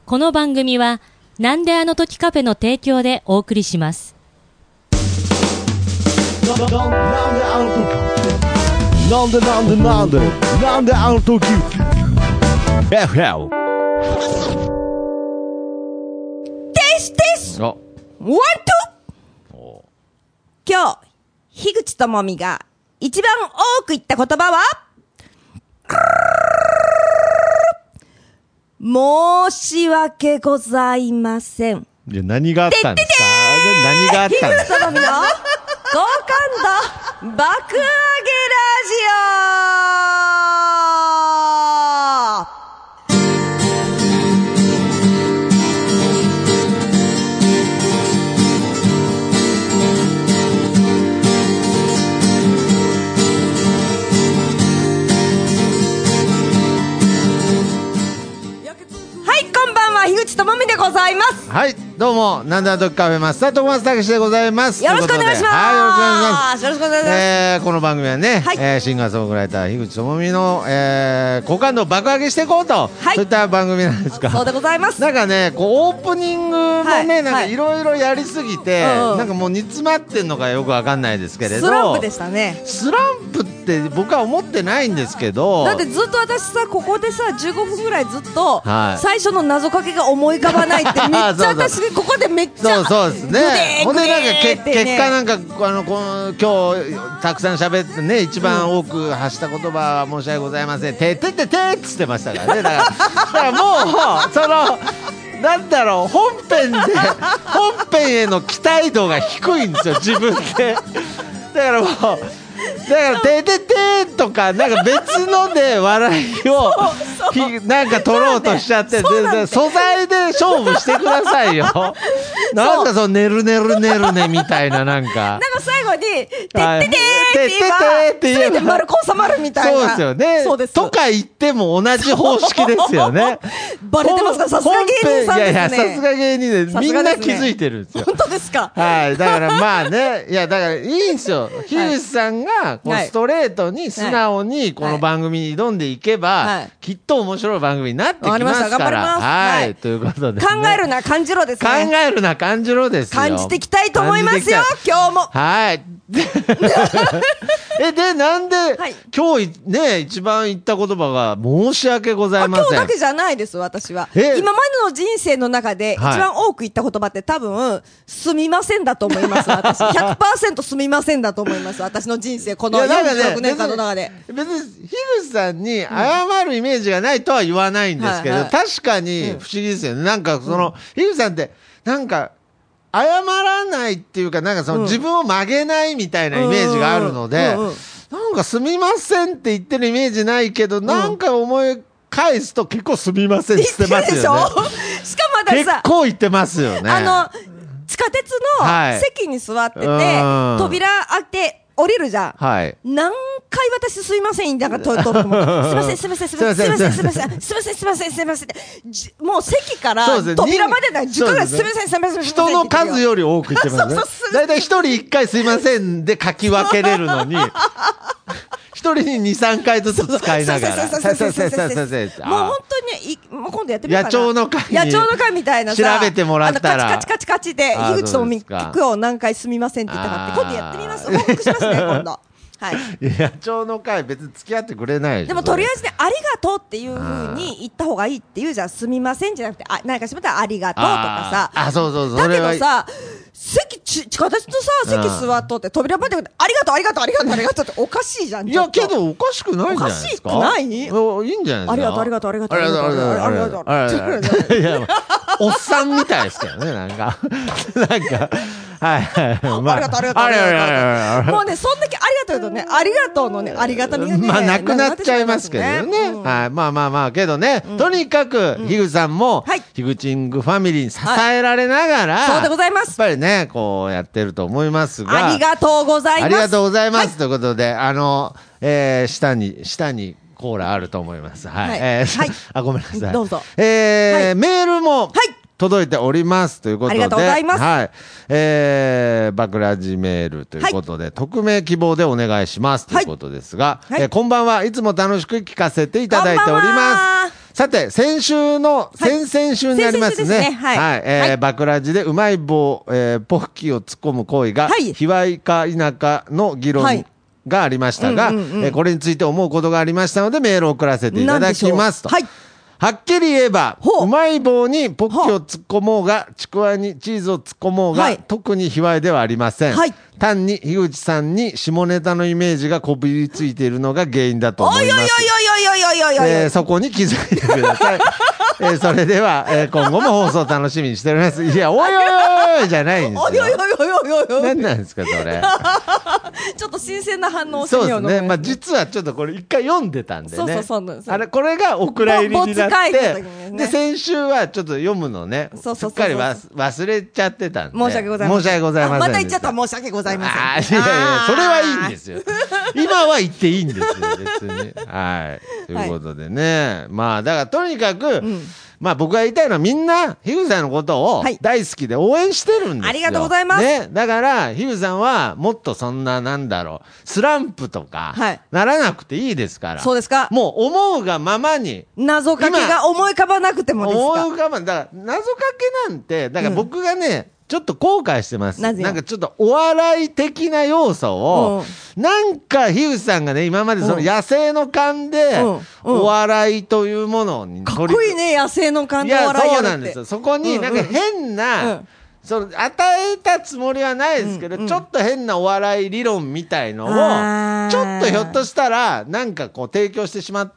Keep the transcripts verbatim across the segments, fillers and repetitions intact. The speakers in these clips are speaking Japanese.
この番組はなんであの時カフェの提供でお送りします。 なんであの時なんでなんでなんでなんであの時 エフエルですですワンツー今日樋口智美が一番多く言った言葉は申し訳ございません。 いや何があったんですか。何があったんですか。 樋口智美の好感度爆上げラジオ。樋口智美でございます。 はい、どうもなんであの時カフェマスター徳松武史でございます。 よろしくお願いします。 はい、よろしくお願いします。 よろしくお願いします。 えー、この番組はね、はい、えー、シンガーソングライター樋口智美の、えー、好感度を爆上げしていこうと、はい、そういった番組なんですか。 そうでございます。 なんかね、こうオープニングもね、はい、なんかいろいろやりすぎて、はい、なんかもう煮詰まってんのかよくわかんないですけれど、 スランプでしたね。 スランプって僕は思ってないんですけど、 だってずっと私さ、ここでさじゅうごふんぐらいずっと、はい、最初の謎かけが思い浮かばないってめっちゃ私ここでめっちゃそうそうですね。ほんでなんかけ、ね、結果なんかあのこの今日たくさん喋ってね、一番多く発した言葉は申し訳ございません。ててててって言ってましたからね。だからだからもうそのなんだろう、本編で本編への期待度が低いんですよ自分で。だからもう。だからてててとかなんか別ので笑いをなんか取ろうとしちゃって、素材で勝負してくださいよ。なんかそのねるねるねるねみたいななんかなんか最後にてっててって言えば全て丸く収まるみたいな。 そうですよね。そうですとか言っても同じ方式ですよね。 バレてますか。さすが芸人さんですね。いやいや、さすが芸人でみんな気づいてるんですよ。 本当ですか。 はい。だからまあね、いやだからいいんですよ。樋口さんがこうストレートに素直にこの番組に挑んでいけばきっと面白い番組になってきますから。はい。ということで考えるな感じろですね。 考えるな感じろですよ。 感じていきたいと思いますよ今日も。 はい。えでなんで、はい、今日ね一番言った言葉が申し訳ございません。 今日だけじゃないです私は。今までの人生の中で一番多く言った言葉って多分すみませんだと思います私。 ひゃくパーセント すみませんだと思います私の人生このよんじゅうろくねんかんの中で。 別に樋口さんに謝るイメージがないとは言わないんですけど、うんはいはい、確かに不思議ですよね。なんかその、うん、樋口さんってなんか謝らないっていうかなんかその、うん、自分を曲げないみたいなイメージがあるので、うんうんうん、なんかすみませんって言ってるイメージないけど、うん、なんか思い返すと結構すみませんって言ってますよね。 しかも私さ結構言ってますよね。 あの地下鉄の席に座ってて、はい、扉開け降りるじゃん、はい、何回私すいませんだからととすいませんすいませんすいませんすいませんすいませんすいませんすいませんすいませんもう席から扉までだじゅっかいぐらいすいませんすいません人の数より多く言ってますね。だいたい一人一回すいませんで書き分けれるのに一人ににさんかいずつ使いながらもう本当にねもう今度やってみようかな。 野鳥の会野鳥の会みたいなさ調べてもらったらカチカチカチカチで樋口智美聞くを何回すみませんって言ったかって今度やってみます。報告しますね今度。はい、 野鳥の会別に付き合ってくれないでしょ。 でもとりあえずねありがとうっていう風に言った方がいいって言うじゃん。すみませんじゃなくてあ何かしまったらありがとうとかさ。 あそうそうそう。 だけどさ席地下鉄とさ席座っとって扉までありがとうありがとうありがとうありがとうっておかしいじゃん。 いやけどおかしくないんじゃないですか。 おかしくない？いいんじゃないですか。 ありがとうありがとうありがとうありがとうありがとうありがとうありがとう。 いやおっさんみたいですけどねなんかなんかはいはい、 まあ、ありがとうありがとうありがとう。もうねそんだけありがとうとねありがとうのねありがたみがねまあなくなっちゃいますけどね、うん、はいまあまあまあけどね、うん、とにかく樋口さんも、うん、樋口ングファミリーに支えられながら、はい、 そうでございます。 やっぱりねこうやってると思いますがありがとうございます。 ありがとうございます、はい、ということであの、えー、下に下にコーラあると思います。はい。はいえーはい、あごめんなさい。 どうぞ。 えーはい、 メールも。 はい届いておりますということで、ありがとうございます。はい、えー、バクラジメールということで、はい、匿名希望でお願いしますということですが、はいえー、こんばんはいつも楽しく聞かせていただいております。 さて、先週の、先々週になりますね。 ねはい。 はい。えー、はい、バクラジでうまい棒、えー、ポッキーを突っ込む行為が、はい、卑猥か否かの議論、はい、がありましたが、うんうんうん、えー、これについて思うことがありましたので、メールを送らせていただきますと。はい。はっきり言えば、うまい棒にポッキーを突っ込もうが、ちくわにチーズを突っ込もうが、はい、特に卑猥ではありません。はい、単に樋口さんに下ネタのイメージがこびりついているのが原因だと思います。おいおいおいおいおいおいおいおい、えー、そこに気づいてください。えー、それでは、えー、今後も放送楽しみにしております。いや、おいおいおいじゃないんですよ。おいおいおいおいおいおい。何なんですか、それ。 ちょっと新鮮な反応をしてみようの。 そうですね。まあ、実はちょっとこれ一回読んでたんでね。 そうそうそう。 あれ、これがお蔵入りになって、で、先週はちょっと読むのね、すっかり忘れちゃってたんで。 申し訳ございません。 申し訳ございません。 また言っちゃった申し訳ございません。 あ、いやいや、それはいいんですよ。今は言っていいんですよ、別に。はい。ということでね。まあ、だからとにかく、まあ僕が言いたいのはみんな、樋口さんのことを大好きで応援してるんですよ。 ありがとうございます。 ね。だから、樋口さんはもっとそんな、なんだろう、スランプとか、ならなくていいですから。 そうですか。 もう思うがままに。 謎かけが思い浮かばなくてもですか。 思い浮かば、だから謎かけなんて、だから僕がね、ちょっと後悔してます。ななんかちょっとお笑い的な要素を、うん、なんか樋口さんがね、今までその野生の勘で、お笑いというものに取り、かっこいいね、野生の勘でお笑いやるって。いや、そうなんですよ。 そこになんか変な、うんうん、その与えたつもりはないですけど、うんうん、ちょっと変なお笑い理論みたいのを、ちょっとひょっとしたら、なんかこう提供してしまって、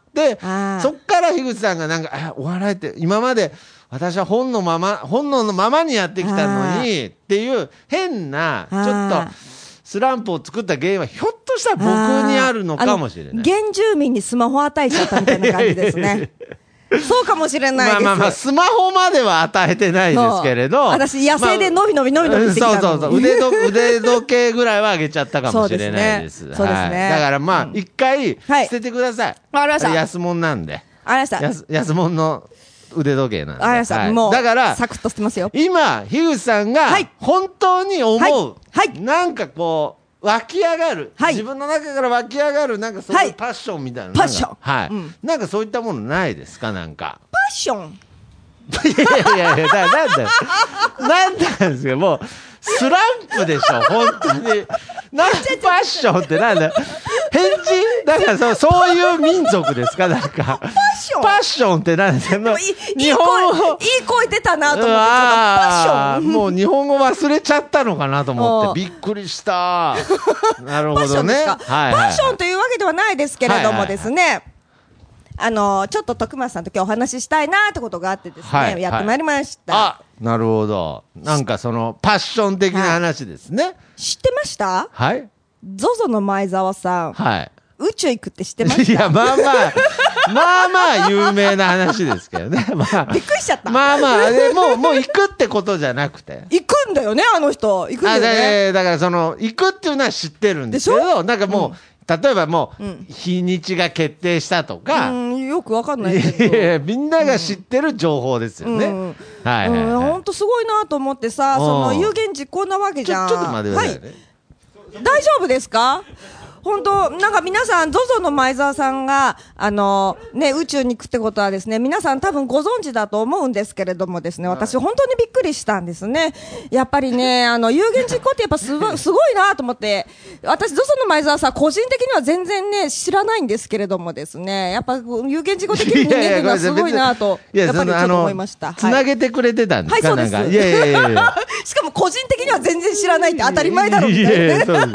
そっから樋口さんがなんか、お笑いって今まで、私は本のまま、本能のままにやってきたのに、っていう変な、ちょっと、スランプを作った原因は、ひょっとしたら僕にあるのかもしれない。 原住民にスマホ与えちゃったみたいな感じですね。そうかもしれないです。 まあまあまあ、スマホまでは与えてないですけれど。 私、野生でのびのびのびのびしてきたのに、 そうそうそう。腕ど、腕時計ぐらいはあげちゃったかもしれないです。 そうですね。そうですね。 だからまあ、一回、捨ててください。 わかりました。 安物なんで。 わかりました。 安物の、腕時計なんで。 ありました。もう、だから、サクッとしてますよ。 今、樋口さんが、本当に思う、なんかこう、湧き上がる、自分の中から湧き上がる、なんかそういうパッションみたいな。 パッション。 はい。なんかそういったものないですか、なんか。 パッションいやいやいや、なんだよ。なんなんですか、もう、スランプでしょ、本当に。なんでパッションってなんだよ。返事だからそう、そういう民族ですか、なんか。 パッションパッションってなんですか。 日本語。いい声出たなと思って、パッション。 もう日本語忘れちゃったのかなと思って、びっくりした。なるほどね。 パッションというわけではないですけれどもですね。あの、ちょっと徳松さんと今日お話ししたいなってことがあってですね、はい、やってまいりました。 あ、なるほど。なんかその、パッション的な話ですね。はい、 知ってました？ はい。 ゾゾの前澤さん。 はい。 宇宙行くって知ってました？ いや、まあまあ、まあまあ有名な話ですけどね。まあ。 びっくりしちゃった。 まあまあ、でもう、もう行くってことじゃなくて。 行くんだよね、あの人。行くんだよね。 あ、だからその、行くっていうのは知ってるんですけど、なんかもう、うん、例えばもう、うん、日にちが決定したとか、 うん、よくわかんないけど、 いやいやみんなが知ってる情報ですよね。うん、はいはい、はい、 本当すごいなと思ってさ、その有言実行なわけじゃん。 ちょ、ちょっと待ってくださいね。 はい、大丈夫ですか？本当なんか皆さん、ゾゾの前澤さんが、あのね、宇宙に行くってことはですね、皆さん多分ご存知だと思うんですけれどもですね、私本当にびっくりしたんですね。やっぱりね、あの、有言実行ってやっぱすごい、すごいなと思って、私、ゾゾの前澤さん、個人的には全然ね、知らないんですけれどもですね、やっぱ有言実行的に人間っていうのはすごいなと、やっぱりちょっと思いました。 つなげてくれてたんですか？ はい、そうです。 いやいやいやいやしかも個人的には全然知らないって当たり前だろうみたいな。いやいやそうです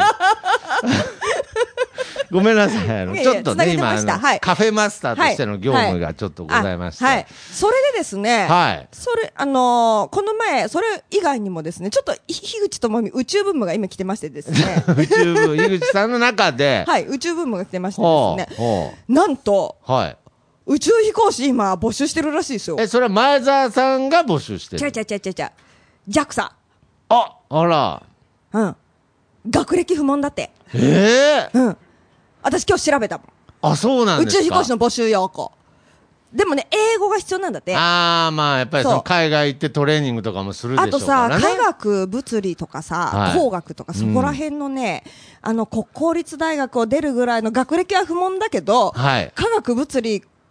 ごめんなさい。あの、ちょっとね、今、はい、カフェマスターとしての業務がちょっとございまして。 はい。はい、それでですね、 はい。 それ、あのー、この前、それ以外にもですね、ちょっと、樋口智美宇宙ブームが今来てましてですね。 宇宙ブーム、樋口さんの中で。 はい、宇宙ブームが来てましてですね。なんと、 はい。 宇宙飛行士今募集してるらしいですよ。 え、それは前澤さんが募集してる？ ちゃちゃちゃちゃちゃ。ジャクサ。 あ、あら。 うん。学歴不問だって。 ええー。 うん。私今日調べたもん。 あ、そうなんですか。 宇宙飛行士の募集要項。でもね、英語が必要なんだって。 ああ、まあ、やっぱりその海外行ってトレーニングとかもするでしょうからね。 あとさ、科学、物理とかさ、はい、工学とかそこら辺のね、うん、あの、国公立大学を出るぐらいの学歴は不問だけど、はい、科学、物理、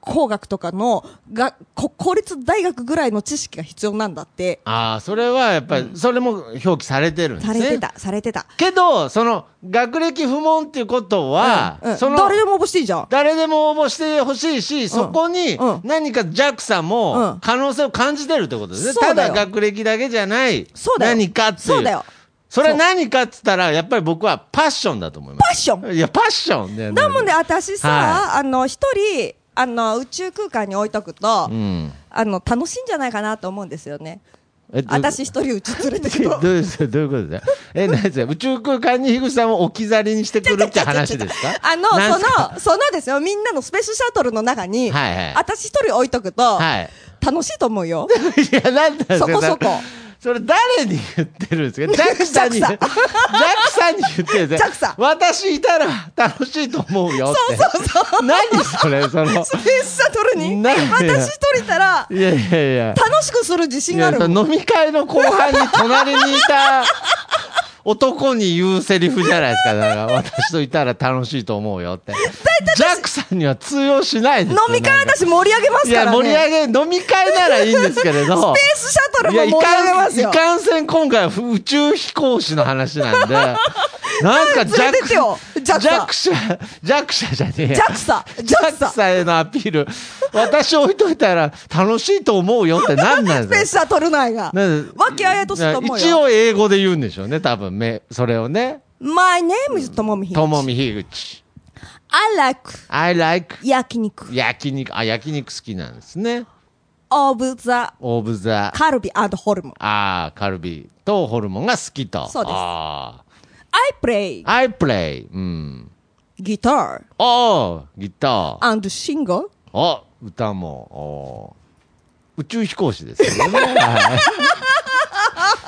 工学とかのが公立大学ぐらいの知識が必要なんだって。 ああ、それはやっぱり、それも表記されてるんですね。 されてた、されてた。 けど、その、学歴不問っていうことは、 うんうん、 その、 誰でも応募していいじゃん。 誰でも応募してほしいし、そこに何か ジャクサ も可能性を感じてるってことですね。ただ学歴だけじゃない、何かっていう。 そうだよ。 それは何かっつったら、やっぱり僕はパッションだと思います。 パッション？ いや、パッションね。 だもんね、私さ、はい、あの、一人、あの、宇宙空間に置いとくと、うん、あの、楽しいんじゃないかなと思うんですよね。私一人宇宙連れてくと。 どういうことどういうことですか？え、何ですか？宇宙空間に樋口さんを置き去りにしてくるって話ですか？ あの、その、そのですよ、みんなのスペースシャトルの中に、はいはい、私一人置いとくと、はい、楽しいと思うよ。 いや、なんだそこそこ。 それ誰に言ってるんですか？ジャクサに、ジャクサに言ってるんですか？ジャクサ。私いたら楽しいと思うよって。 そうそうそう。 何それ、その。 スペースシャトルに私一人いたら、いやいやいや。楽しくする自信があるもん。 飲み会の後半に隣にいた男に言うセリフじゃないですか。だから私といたら楽しいと思うよって。ジャクさんには通用しないですよ。 飲み会私盛り上げますからね。 いや、盛り上げ、飲み会ならいいんですけれど。 スペースシャトルも盛り上げますよ。 いかんせん今回は宇宙飛行士の話なんで。なんかジャクジャクサ、ジャクサじゃねえや。 ジャクサ、 ジャクサへのアピール。私置いといたら楽しいと思うよって何なんですか？ スペースシャトル内が。わきあやとすると思うよ。 一応英語で言うんでしょうね、多分め、それをね。 My name is ともみひぐち。 ともみひぐち。 I like. I like. 焼肉。 焼肉。あ、焼肉好きなんですね。 of the. of the. カルビ&ホルモン。 ああ、カルビとホルモンが好きと。 そうです。 ああ。 I play. I play. うん。 ギター。 おー、ギター。 and singer. お、歌も。お宇宙飛行士ですよね。はい。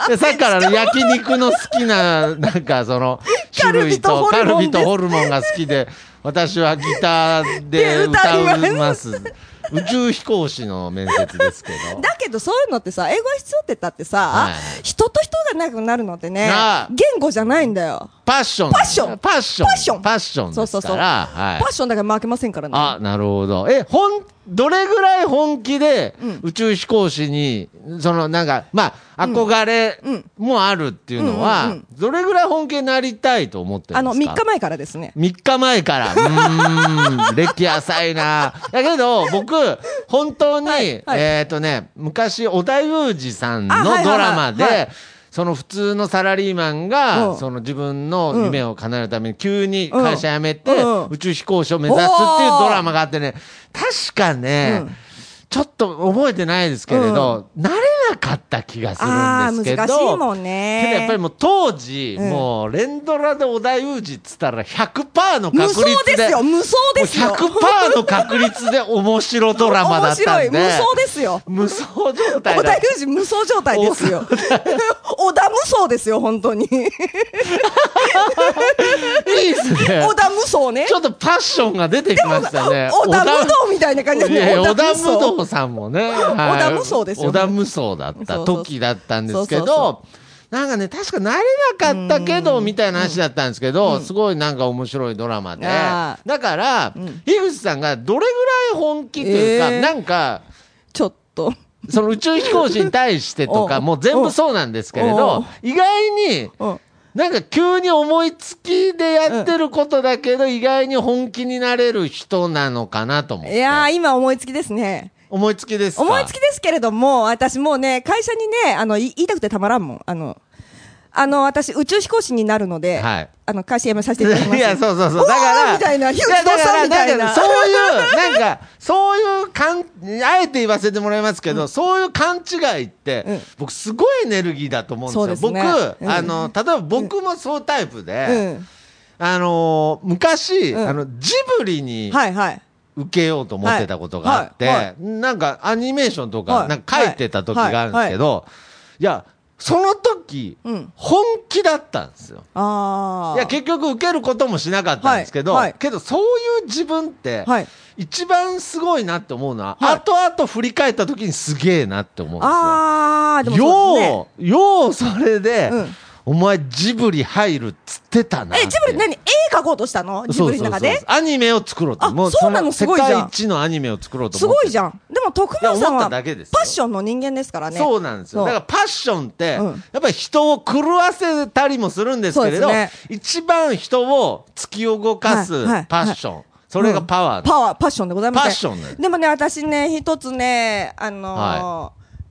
でさっきからの焼肉の好きな、なんかその、種類とカルビとホルモンが好きで、私はギターで歌います。宇宙飛行士の面接ですけど。 だけどそういうのってさ、英語が必要って言ったってさ、はい、人と人が仲良くなるのってね、言語じゃないんだよ。 パッション。 パッション。 パッション。 パッション。 パッションですから。そうそうそう。はい、 パッションだから負けませんからね。 あ、なるほど。え、ほん、どれぐらい本気で宇宙飛行士に、うん、そのなんか、まあ、憧れもあるっていうのは、どれぐらい本気になりたいと思ってるんですか？あの、 みっかまえからですね。 みっかまえから。うーん、歴浅いな。だけど、僕、本当に、はいはい、えっとね、昔、織田裕二さんのドラマで、その普通のサラリーマンが、その自分の夢を叶えるために急に会社辞めて、宇宙飛行士を目指すっていうドラマがあってね、確かね、うん、ちょっと覚えてないですけれど、うん、慣れなかった気がするんですけど、 難しいもんね。 けどやっぱりもう当時、うん、もう連ドラで織田裕二っつったら ひゃくパーセント の確率で。無双ですよ、無双ですよ。 ひゃくパーセント の確率で面白ドラマだったんで。 面白い、無双ですよ。 無双状態だ。 織田裕二無双状態ですよ。織田無双ですよ、本当に。いいですね。 織田無双ね。 ちょっとパッションが出てきましたね。 織田無道みたいな感じで。 織田無道さんもね。 織田無双ですよ。 織田無双だった時だったんですけど、なんかね、確か慣れなかったけど、みたいな話だったんですけど、すごいなんか面白いドラマで。だから、樋口さんがどれぐらい本気というか、なんか、 ちょっと。 その宇宙飛行士に対してとか、もう全部そうなんですけれど、意外に、なんか急に思いつきでやってることだけど、意外に本気になれる人なのかなと思って。 いやー、今思いつきですね。 思いつきですか？ 思いつきですけれども、私もうね、会社にね、あの、言いたくてたまらんもん。あの、あの、私、宇宙飛行士になるので、はい、あの、会社辞めさせていただきます。 いや、そうそうそう。だから、 みたいな、ヒュージさんみたいな。 そういう、なんか、そういうかん、あえて言わせてもらいますけど、うん、そういう勘違いって、うん、僕、すごいエネルギーだと思うんですよ。 ね、 僕、うん、あの、例えば僕もそうタイプで、うん、あの、昔、うん、あの、ジブリに、 はいはい。 受けようと思ってたことがあって、はいはいはい、なんかアニメーションとか、なんか書いてた時があるんですけど、はいはいはい、いや、その時、うん、本気だったんですよ。 あいや、結局受けることもしなかったんですけど、はいはい、けどそういう自分って、はい、一番すごいなって思うのは、はい、後々振り返った時にすげえなって思うんですよ。 あー、でもそうですね。よう、ようそれで、うん、 お前ジブリ入るっつってたな。 え、ジブリ何絵描こうとしたの？ジブリの中で。 そうそうそう、アニメを作ろうと。 あ、もうそうなの、すごいじゃん。 世界一のアニメを作ろうと思って。すごいじゃん。でも徳間さんはパッションの人間ですからね。 そうなんですよ。だからパッションって、うん、やっぱり人を狂わせたりもするんですけれど、ね、一番人を突き動かすパッション。はいはいはい、それがパワー、うん、 パワー、パッションでございます。 パッションね。 でもね、私ね、一つね、あのーはい、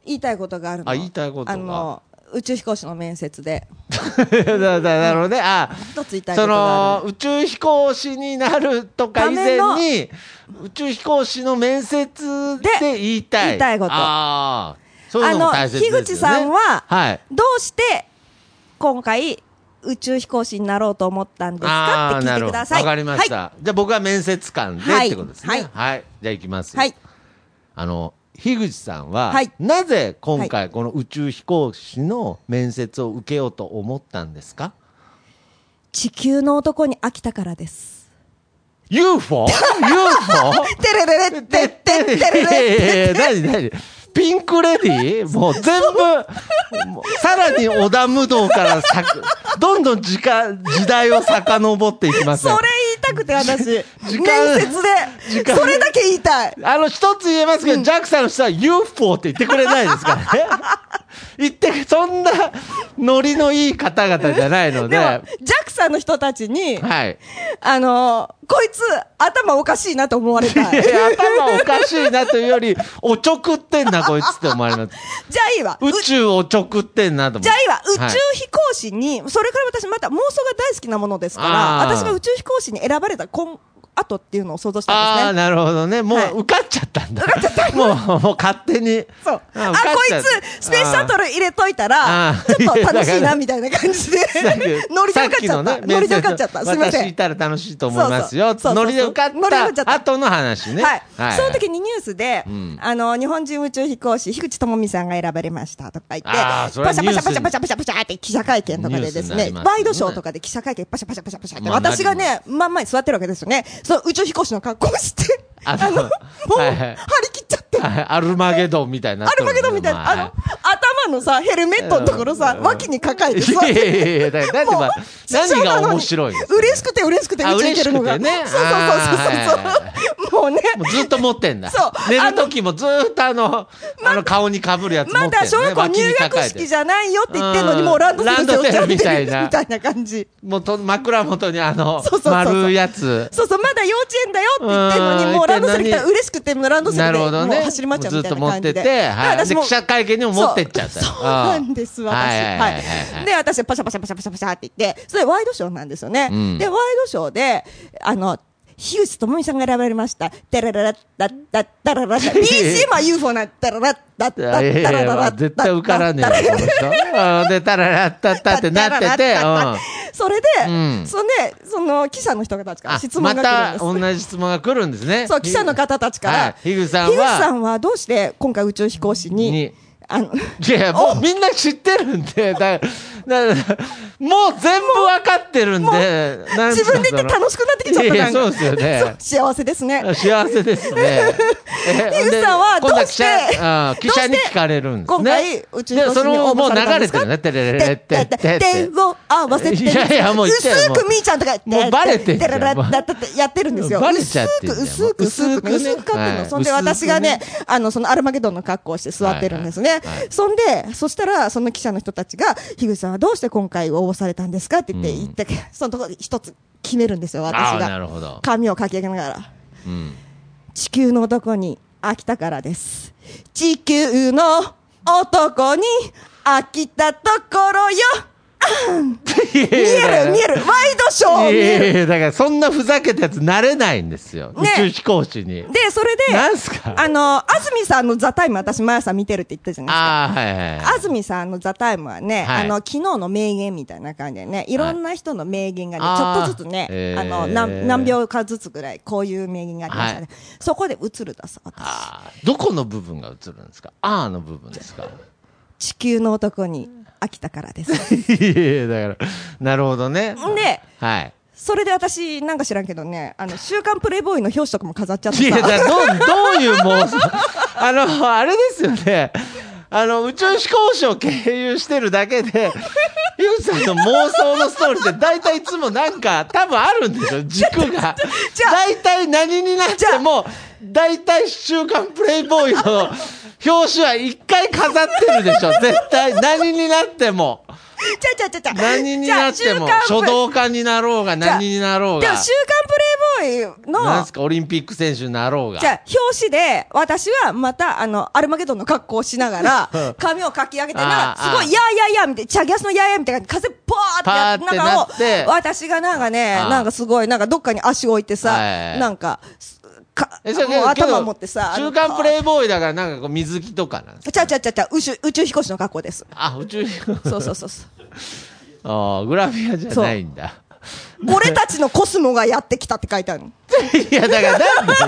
言いたいことがあるの。 あ、言いたいことが。あのー宇宙飛行士の面接でだなるほどね。あ、 一つ言いたいことがある。 その宇宙飛行士になるとか以前に宇宙飛行士の面接で言いたい言いたいこと。 ああ、そういうのも大切ですよね。あの樋口さんは、はい、どうして今回宇宙飛行士になろうと思ったんですかって聞いてください。 わかりました。はい、じゃあ僕は面接官でってことですね。はい。はい、じゃあ行きます。はい。あの。樋口さんは、はい、なぜ今回この宇宙飛行士の面接を受けようと思ったんですか？ 地球の男に飽きたからです。 ユーフォー？ ユーフォー？ テレレレッテッテッテレレッテッテ。 何何？ピンクレディー？もう全部もうさらに織田無道からさどんどん時間時代を遡っていきます、ね。 それ言いたくて私面接でそれだけ言いたい。 あの一つ言えますけど、うん、ジャクサ の人は ユーフォー って言ってくれないですからね。言ってそんなノリのいい方々じゃないので。 でも ジャクサ の人たちに、 はい、 あのー、こいつ頭おかしいなと思われたい。 いや頭おかしいなというよりおちょくってんなこいつって思われます。 じゃあいいわ。 宇宙をちょくってんなと思って。 じゃあいいわ。宇宙飛行士に、はい、それから私また妄想が大好きなものですから、私が宇宙飛行士に選ばれた今後っていうのを想像したんですね。 ああ、なるほどね。もう受かっちゃったんだ。受かっちゃった。もう、もう勝手に。 そう。あ、こいつ、スペースシャトル入れといたら、ちょっと楽しいなみたいな感じで、ノリで受かっちゃった。ノリで受かっちゃった。すみません。 私いたら楽しいと思いますよ。ノリで受かった後の話ね。 はい。その時にニュースで、あの、日本人宇宙飛行士、樋口智美さんが選ばれましたとか言って、パシャパシャパシャパシャパシャパシャって記者会見とかでですね、ワイドショーとかで記者会見パシャパシャパシャパシャって、私がね、真ん前に座ってるわけですよね。その宇宙飛行士の格好して、あの、もう、張り切っちゃって。 アルマゲドンみたいな。 アルマゲドンみたいな。あの、頭のさ、ヘルメットのところさ、脇に抱えてさ。いやいやいや、だって何が面白いんですか？ 嬉しくて嬉しくて宇宙行けるのが。そうそうそうそう。もうね。 ずっと持ってんだ。そう。寝る時もずっとあの、あの顔に被るやつ持ってんだ。 まだ小学校入学式じゃないよって言ってんのに、もうランドセル背負っちゃってるみたいな。みたいな感じ。 もう枕元にあの、丸いやつ。 そうそう、まだ幼稚園だよって言ってんのに、もうランドセル来たら嬉しくて、ランドセルでもう走り回っちゃうみたいな感じで。 ずっと持ってて、はい。で、記者会見にも持ってっちゃった。 そうなんです、私。はい。で、私、パシャパシャパシャパシャパシャって言って、それワイドショーなんですよね。で、ワイドショーで、あの、樋口智美さんが選ばれました。タラララッタッタッタララッタ。ビージーエム は ユーフォー な。タララッタッタッタラララッタ。 絶対受からねえよ、この人。で、タララッタッタってなってて、 それで、そんで、その記者の人たちから質問が来るんです。 また同じ質問が来るんですね。 そう、記者の方たちから。 樋口さんは。 樋口さんはどうして今回宇宙飛行士に、 あの、いや、もうみんな知ってるんで、だだもう全部わかってるんで、 自分で言って楽しくなってきちゃった。 いやそうですよね。 幸せですね。 幸せですね。 樋口さんはどうして記者に聞かれるんですね。 今回宇宙飛行士に応募されたんですか？ そのもう流れてるね。テレレレッテテ手を合わせて、 いやいやもう薄くみーちゃんとかもうバレてんじゃん。 やってるんですよ。 バレちゃってんじゃん。 薄く薄く薄くかってるの。そんで私がね、あのそのアルマゲドンの格好をして座ってるんですね。そんでそしたらその記者の人たちが樋口さんはどうして今回応募されたんですかって言って言って、そのところで一つ決めるんですよ、私が。 なるほど。 髪をかき上げながら、うん、地球の男に飽きたからです。地球の男に飽きたところよ。見える見える、ワイドショー見える。いやいや、 だからそんなふざけたやつなれないんですよ、ね、宇宙飛行士に。 でそれでなんすか、 あの安住さんの「ザタイム私毎朝見てるって言ったじゃないですか。 あ、はいはいはい、 安住さんの「ザタイムはね、はい、あの昨日の名言みたいな感じでね、いろんな人の名言がね、はい、ちょっとずつね、ああの 何, 何秒かずつぐらいこういう名言がありましたね、はい、そこで映るだそう。 あ、どこの部分が映るんですか？あーの部分ですか？ 地球の男に飽きたからです。 いやいや、だからなるほどね。 で、 はい、 それで私なんか知らんけどね、あの週刊プレイボーイの表紙とかも飾っちゃってさ。 いや、だどうどういうもうあのあれですよね。 あの、宇宙飛行士を経由してるだけで、ゆうさんの妄想のストーリーって大体いつもなんか多分あるんでしょ、軸が。大体何になっても、大体週刊プレイボーイの表紙は一回飾ってるでしょ、絶対。何になっても。 ちゃちゃちゃちゃ。 何になっても、書道家になろうが何になろうが。 でも週刊プレイボーイの。 なんすか、オリンピック選手になろうが。 じゃあ、表紙で、私はまた、あの、アルマゲドンの格好をしながら、髪をかき上げてな、すごい、やーやーやーみたいな、チャギャスのやーやーみたいな、風ポーってやって中を、私がなんかね、なんかすごい、なんかどっかに足置いてさ、なんか、かもう頭持ってさ、 週刊プレイボーイだからなんかこう水着とかなんですか。 ちゃちゃちゃちゃ、宇宙宇宙飛行士の格好です。 あ、宇宙飛行士。 そうそうそうそう。 ああ、グラビアじゃないんだ。 俺たちのコスモがやってきたって書いてあるの。 いやだからなんだよ。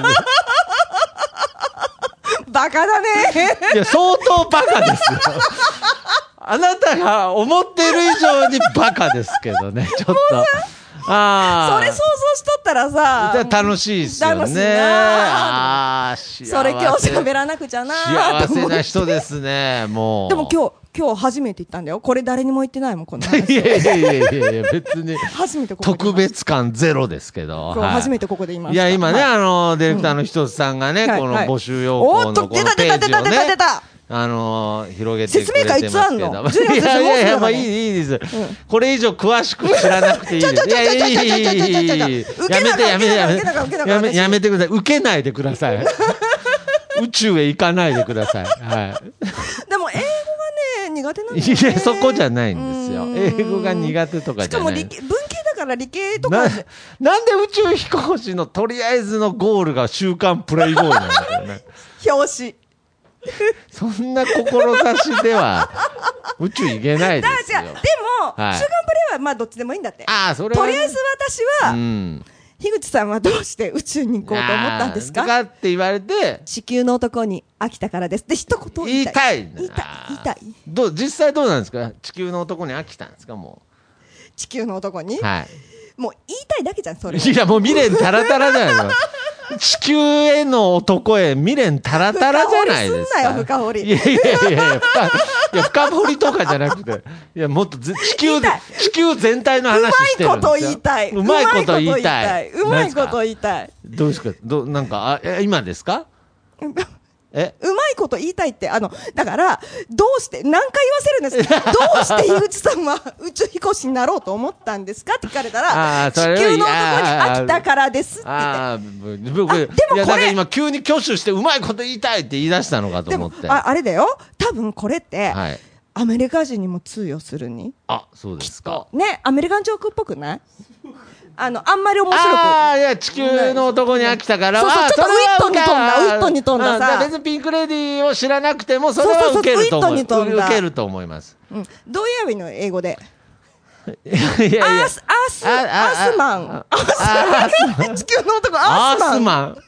バカだね。 いや相当バカですよ。あなたが思ってる以上にバカですけどね、ちょっと。あそれ想像しとったらさ、 楽しいですよね。 楽しいな。 ああ、幸せ。 それ今日喋らなくちゃな。 幸せな人ですね、もう。 でも今日、今日初めて言ったんだよ。これ誰にも言ってないもん、この話。 いやいやいやいやいや、別に。 初めてここで。 特別感ゼロですけど。 今日初めてここで言いました。 いや、今ね、あの、ディレクターの一つさんがね、この募集要項のこのページをね。おっと、出た出た出た出た。あのー、広げてくれてますけど。説明会いつあんの？いやいやいや、まあいい、いいです、うん。これ以上詳しく知らなくていいです。いやいやいやいやいやいやいややめてやめてやめて。やめ、やめてください。受けないでください。宇宙へ行かないでください。はい。 でも英語がね、苦手なんだよね。 いや、そこじゃないんですよ。英語が苦手とかじゃない。 しかも理系、文系だから理系とか。 なんで宇宙飛行士のとりあえずのゴールが週刊プレイボーイなんだよね。 表紙。 そんな志では宇宙行けないですよ。 でも、はい、週刊プレイはまあどっちでもいいんだって。 ああ、それは、 とりあえず私は、うん、樋口さんはどうして宇宙に行こうと思ったんですか？ かって言われて、 地球の男に飽きたからです。で、一言言いたい。 言いたい。 言いたい。言いたい。 どう、実際どうなんですか？地球の男に飽きたんですか？もう。地球の男に？ はい。 もう言いたいだけじゃん、それ。 いや、もう未練タラタラじゃないの。地球への男へ未練タラタラじゃないですか。 深掘りすんなよ、深掘り。 いやいやいやいや、深、いや深掘りとかじゃなくて、いや、もっと地球、地球全体の話してるんですよ。 うまいこと言いたい。 うまいこと言いたい。 うまいこと言いたい。 どうですか？どう、なんか、あ、今ですか？えうまいこと言いたいって、あの、だから、どうして、何回言わせるんですか？どうして樋口さんは宇宙飛行士になろうと思ったんですかって聞かれたら、地球の男に飽きたからですって言って。あ僕、でもいや、だから今急に挙手してうまいこと言いたいって言い出したのかと思って。 でも、あ、あれだよ。多分これって、はい、アメリカ人にも通用するに。 あ、そうですか。 ね、アメリカンジョークっぽくない？あの、あんまり面白く。 ああ、いや、地球の男に飽きたからは、 そうそう、ちょっとウィットに飛んだ、ウィットに飛んださ。 別にピンクレディーを知らなくても、それは受けると思う。受けると思います。 うん。どういう意味の英語で？ いやいや。 アース、アース、アースマン。アースマン。地球の男、アースマン。アースマン。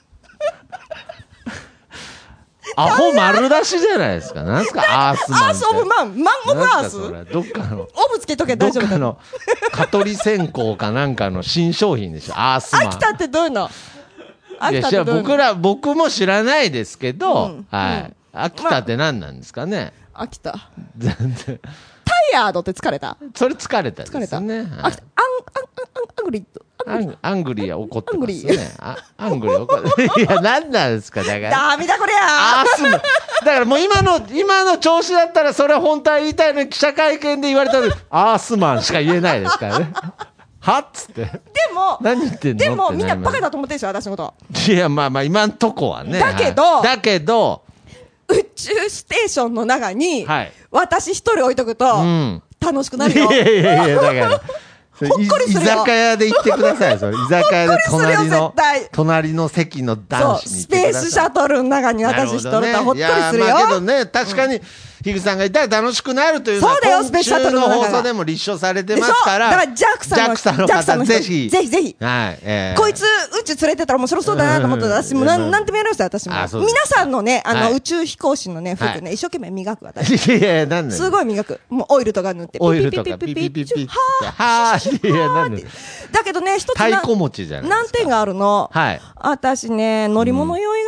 アホ丸出しじゃないですか。なんすかアースマン。 アースオブマン。マンオブアース。 どっかの。 オブつけとけ大丈夫。 どっかの、蚊取り線香かなんかの新商品でしょ。アースマン。 飽きたってどういうの？ いや、僕ら、僕も知らないですけど、はい。飽きたって何なんですかね。 飽きた。 全然。 タイヤードって疲れた？ それ疲れたですね。 疲れた。飽きた。アン、アン、アングリッド。 アン、アングリーは怒ってますね。アングリー怒っていや、何なんですか、だから。 ダメだこりゃあーすんだ。だからもう今の、今の調子だったら、それ本当は言いたいのに記者会見で言われたら、アースマンしか言えないですからね。はっつって。でも、 何言ってんの？ でもみんなバカだと思ってるでしょ、私のこと。 いや、まあまあ、今んとこはね。 だけど、 はい、だけど、 宇宙ステーションの中に、はい、私一人置いとくと、うん、楽しくなるよ。 いやいやいや、だから。ほっこりするよ。居酒屋で行ってください。それ居酒屋で隣の隣の席の男子に行ってください。 スペースシャトルの中に私一人とほっこりするよ。 まあけどね、確かに樋口さんがいたら楽しくなるというのは今週の放送でも立証されてますから。 だから ジャクサ の方ぜひぜひぜひ。 はい。 こいつ宇宙連れてたら面白そうだなと思ったら私もなんなんてもやりました私も。皆さんのねあの宇宙飛行士のね服ね一生懸命磨く私。 いやなんすごい磨く。もうオイルとか塗って。 オイルとかピピピピピ。はあ。いやなんで。 だけどね一つ太鼓持ちじゃない難点があるの。はい。私ね乗り物酔いが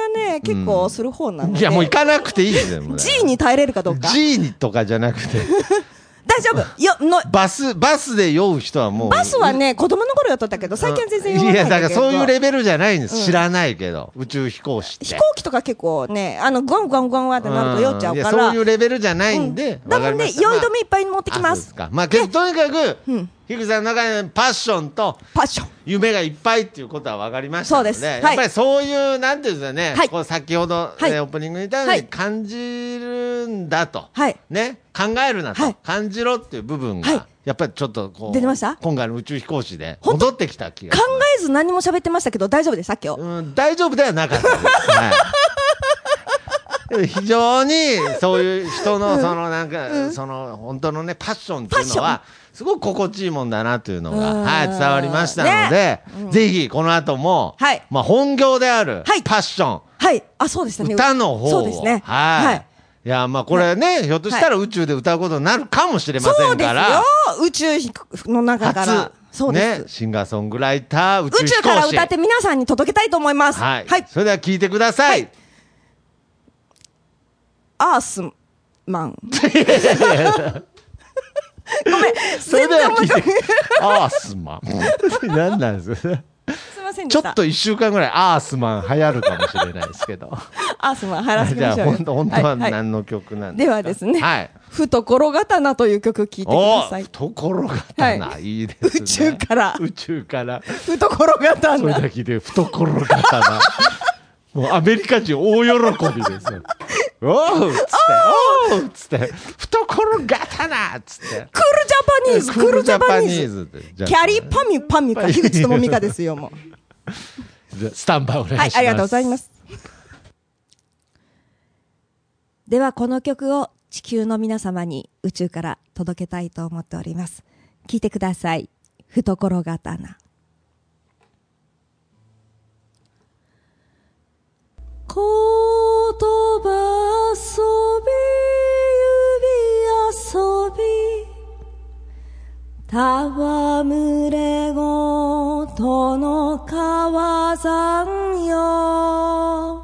ね、結構する方なので、 いやもう行かなくていいですよ。 G に耐えれるかどうか。 G にとかじゃなくて大丈夫よのバスバスで酔う人はもうバスはね子供の頃やっとったけど最近は全然酔わないんだけど、 いやだからそういうレベルじゃないんです、うん、知らないけど宇宙飛行士って飛行機とか結構ねあのゴンゴンゴンワってなると酔っちゃうから、 うん、そういうレベルじゃないんで、 うん、だからね酔い止めいっぱい持ってきます。 まあ、まあ、けどとにかく、うん樋口さんの中にパッションとパッション夢がいっぱいっていうことは分かりましたので、 そうです、はい、 やっぱりそういうなんていうんですかね、はい、こう先ほど、 はいね、オープニングに言ったように感じるんだと、 はい、 ね、考えるなと、はい、感じろっていう部分が、はい、やっぱりちょっとこう出てました今回の宇宙飛行士で戻ってきた気が考えず何も喋ってましたけど大丈夫でした今日、 うん、大丈夫ではなかったです、はい、非常にそういう人のそのなんか、うん、その本当のねパッションっていうのはすごく心地いいもんだなというのが、はい、伝わりましたので、ねうん、ぜひこの後も、はいまあ、本業であるパッション、はいはい、あそうでしたね歌の方をそうですねはい、はいいやまあこれね、はい、ひょっとしたら宇宙で歌うことになるかもしれませんから、 そうですよ宇宙の中からそうです、 ね、シンガーソングライター宇宙飛行士宇宙から歌って皆さんに届けたいと思います。 はい、はい、それでは聞いてください、はい、 アースマンごめんそれでは聞いてアースマン何なんですかすいませんでした。 ちょっといっしゅうかんぐらいアースマン流行るかもしれないですけどアースマン流行らせてみましょうよ。 じゃあ本当は何の曲なんですか。 ではですね、 はい、 懐刀という曲聴いてください。 懐刀、はい、いいですね。 宇宙から宇宙から懐刀それだけで懐刀もうアメリカ人大喜びですよおーっつっておーっつって懐刀っつってクールジャパニーズクールジャパニーズキャリーパミュパミュか樋口智美香ですよもうじゃスタンバイお願いします。はい、 ありがとうございます。ではこの曲を地球の皆様に宇宙から届けたいと思っております。聴いてください。懐刀。言葉遊び指遊び戯れごとの川山よ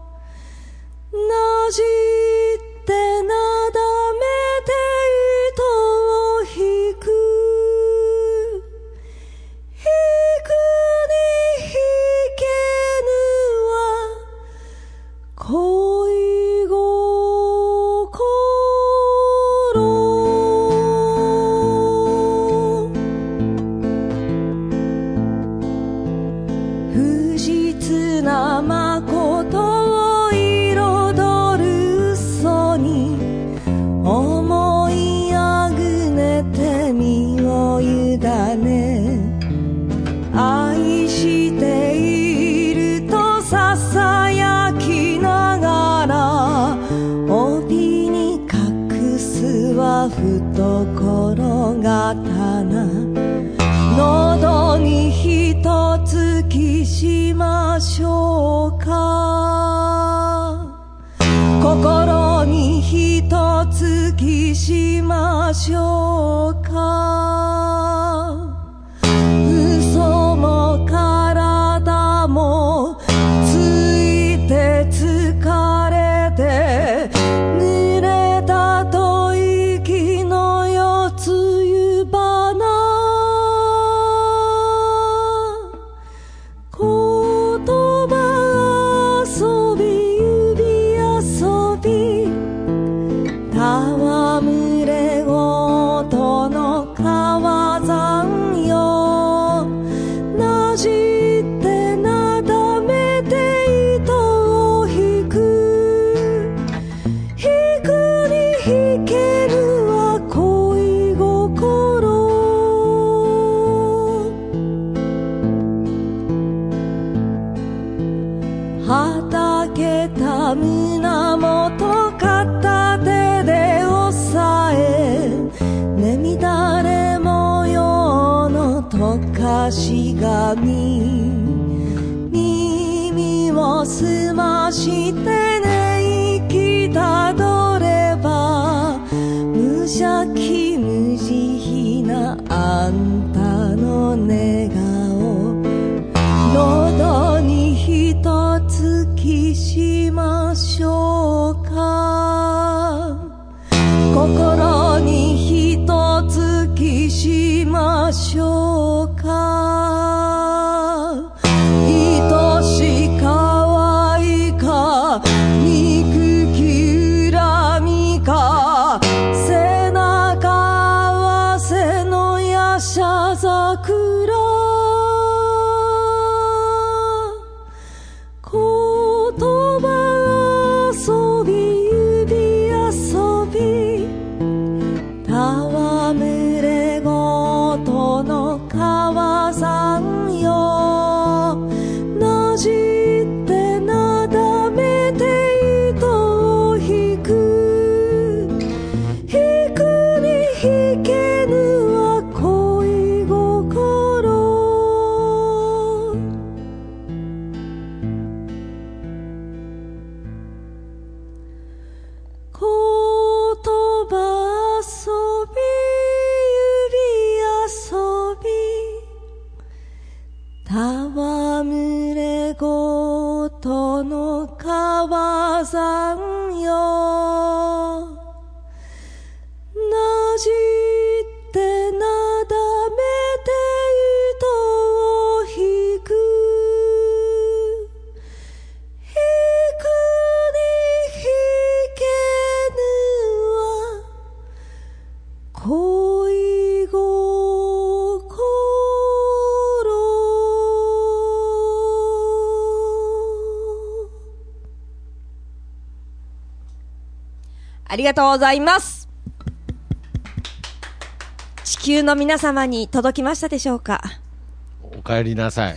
なじってなだめて糸を引く引くに引けぬは恋心不実な誠を彩る嘘に思いあぐねて身を委ね愛しているとささやきながら帯に隠すは懐刀喉に一つきしましょうか心に一つきしましょうか嘘も体もついて疲れて濡れた吐息の四つ湯花言葉遊び指遊び戯れごとの川山よなじってなだめて糸を引く引くに引けるは恋心はたけた胸元片手で押さえね乱れ模様の溶かし紙耳を澄ましてね息たどれば無邪気無慈悲なあんたの寝顔喉に一つきししょうか。愛し可愛いか憎き恨みか、背中合わせの夜叉桜。戯れごとの川さんよ、なじってなだめて糸を引く、引くに引けぬは恋心。ありがとうございます。地球の皆様に届きましたでしょうか。 お帰りなさい。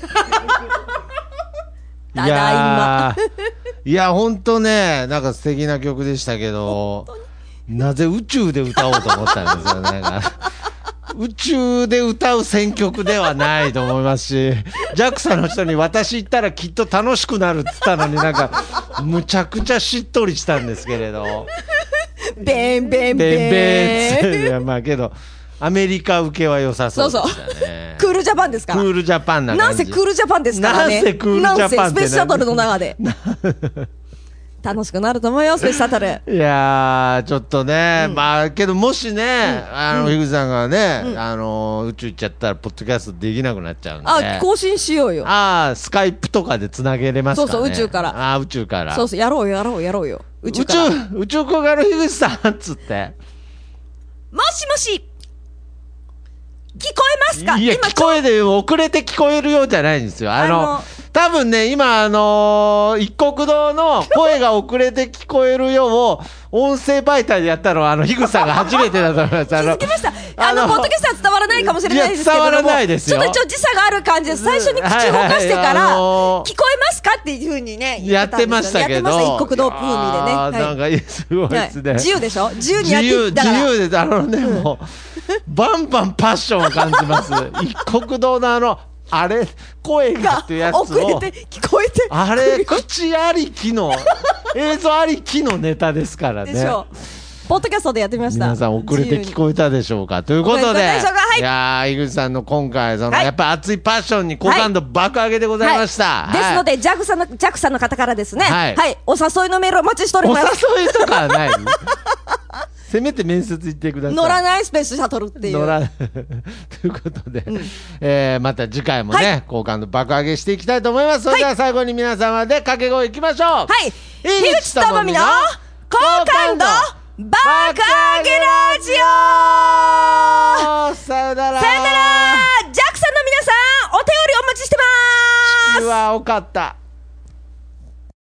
ただいま。 いや本当ね、なんか素敵な曲でしたけど、なぜ宇宙で歌おうと思ったんですよね。宇宙で歌う選曲ではないと思いますし、 ジャクサ の人に私行ったらきっと楽しくなるって言ったのに、なんかむちゃくちゃしっとりしたんですけれど、 ベンベンベンベンベンっていやまあけどアメリカ受けは良さそうでしたね。 そうそうクールジャパンですから。 クールジャパンな感じ。 なんせクールジャパンですからね。 なんせクールジャパンってなんせスペースシャトルの中で楽しくなると思うよ、スペースシャトル。 いやーちょっとね、うん、まあけどもしね、うん、あの、うん、樋口さんがね、うん、あの宇宙行っちゃったらポッドキャストできなくなっちゃうんで、 あ更新しようよ。 ああスカイプとかでつなげれますかね。 そうそう宇宙から。 ああ宇宙から。 そうそうやろうやろうやろうよ。宇宙から宇宙宇宙小柄樋口さんっつって、 もしもし聞こえますか。 いや今聞こえて遅れて聞こえるようじゃないんですよ。あの、あの多分ね今あのー、一国道の声が遅れて聞こえるようを音声媒体でやったのはあの樋口さんが初めてだと思います。 気づきました。あのポッドキャストは伝わらないかもしれないですけども、 伝わらないですよ。 ちょっと一応時差がある感じで最初に口動かしてから、はいはいはいあのー、聞こえますかっていう風にねやってましたけど、 やってました一国道風味でね。 はい、なんかすごいですね、はい、 自由でしょ。自由にやっていったら自由自由であのね、うん、もうバンバンパッションを感じます。一国道のあのあれ声がっていうやつを遅れて聞こえてあれ口ありきの映像ありきのネタですからね。 でしょう。ポッドキャストでやってみました。 皆さん遅れて聞こえたでしょうかということで、はい、いやー井口さんの今回その、はい、やっぱ熱いパッションに好感度爆上げでございました、 はいはい、ですので、はい、ジャクさんのジャクさんの方からですね、はい、はい、お誘いのメールお待ちしております。 お誘いとかはないせめて面接行ってください。 乗らないスペースシャトルっていう。 乗らということで、うんえー、また次回もね、はい、好感度爆上げしていきたいと思います。それでは最後に皆様で掛け声いきましょう。はい。 樋口智美の好感度爆上げラジオ。 さよなら。 さよなら。ジャクさんの皆さんお便りお待ちしてます。 地球は多かった。